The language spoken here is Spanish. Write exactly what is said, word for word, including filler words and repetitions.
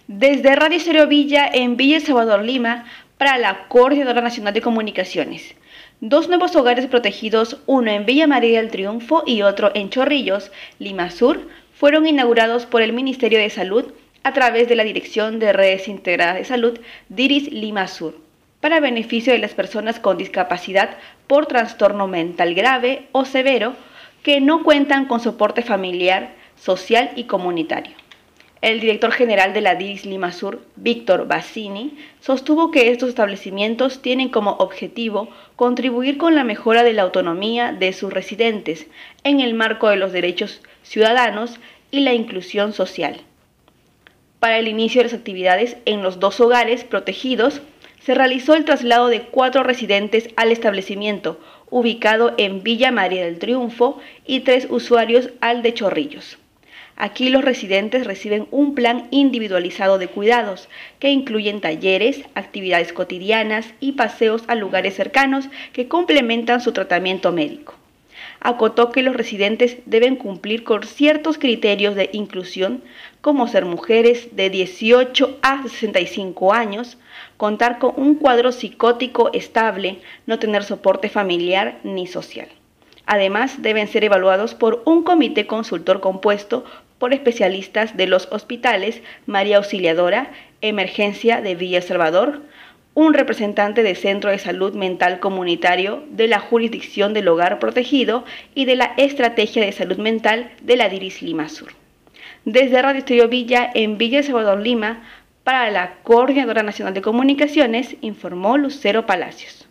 Desde Radio Estéreo Villa en Villa El Salvador, Lima, para la Coordinadora Nacional de Comunicaciones. Dos nuevos hogares protegidos, uno en Villa María del Triunfo y otro en Chorrillos, Lima Sur, fueron inaugurados por el Ministerio de Salud a través de la Dirección de Redes Integradas de Salud, DIRIS Lima Sur, para beneficio de las personas con discapacidad por trastorno mental grave o severo que no cuentan con soporte familiar, social y comunitario. El director general de la DIRIS Lima Sur, Víctor Bassini, sostuvo que estos establecimientos tienen como objetivo contribuir con la mejora de la autonomía de sus residentes en el marco de los derechos ciudadanos y la inclusión social. Para el inicio de las actividades en los dos hogares protegidos, se realizó el traslado de cuatro residentes al establecimiento, ubicado en Villa María del Triunfo, y tres usuarios al de Chorrillos. Aquí los residentes reciben un plan individualizado de cuidados, que incluyen talleres, actividades cotidianas y paseos a lugares cercanos que complementan su tratamiento médico. Acotó que los residentes deben cumplir con ciertos criterios de inclusión, como ser mujeres de dieciocho a sesenta y cinco años, contar con un cuadro psicótico estable, no tener soporte familiar ni social. Además, deben ser evaluados por un comité consultor compuesto por especialistas de los hospitales María Auxiliadora, Emergencia de Villa El Salvador, un representante del Centro de Salud Mental Comunitario de la Jurisdicción del Hogar Protegido y de la Estrategia de Salud Mental de la DIRIS Lima Sur. Desde Radio Estéreo Villa en Villa El Salvador, Lima, para la Coordinadora Nacional de Comunicaciones, informó Lucero Palacios.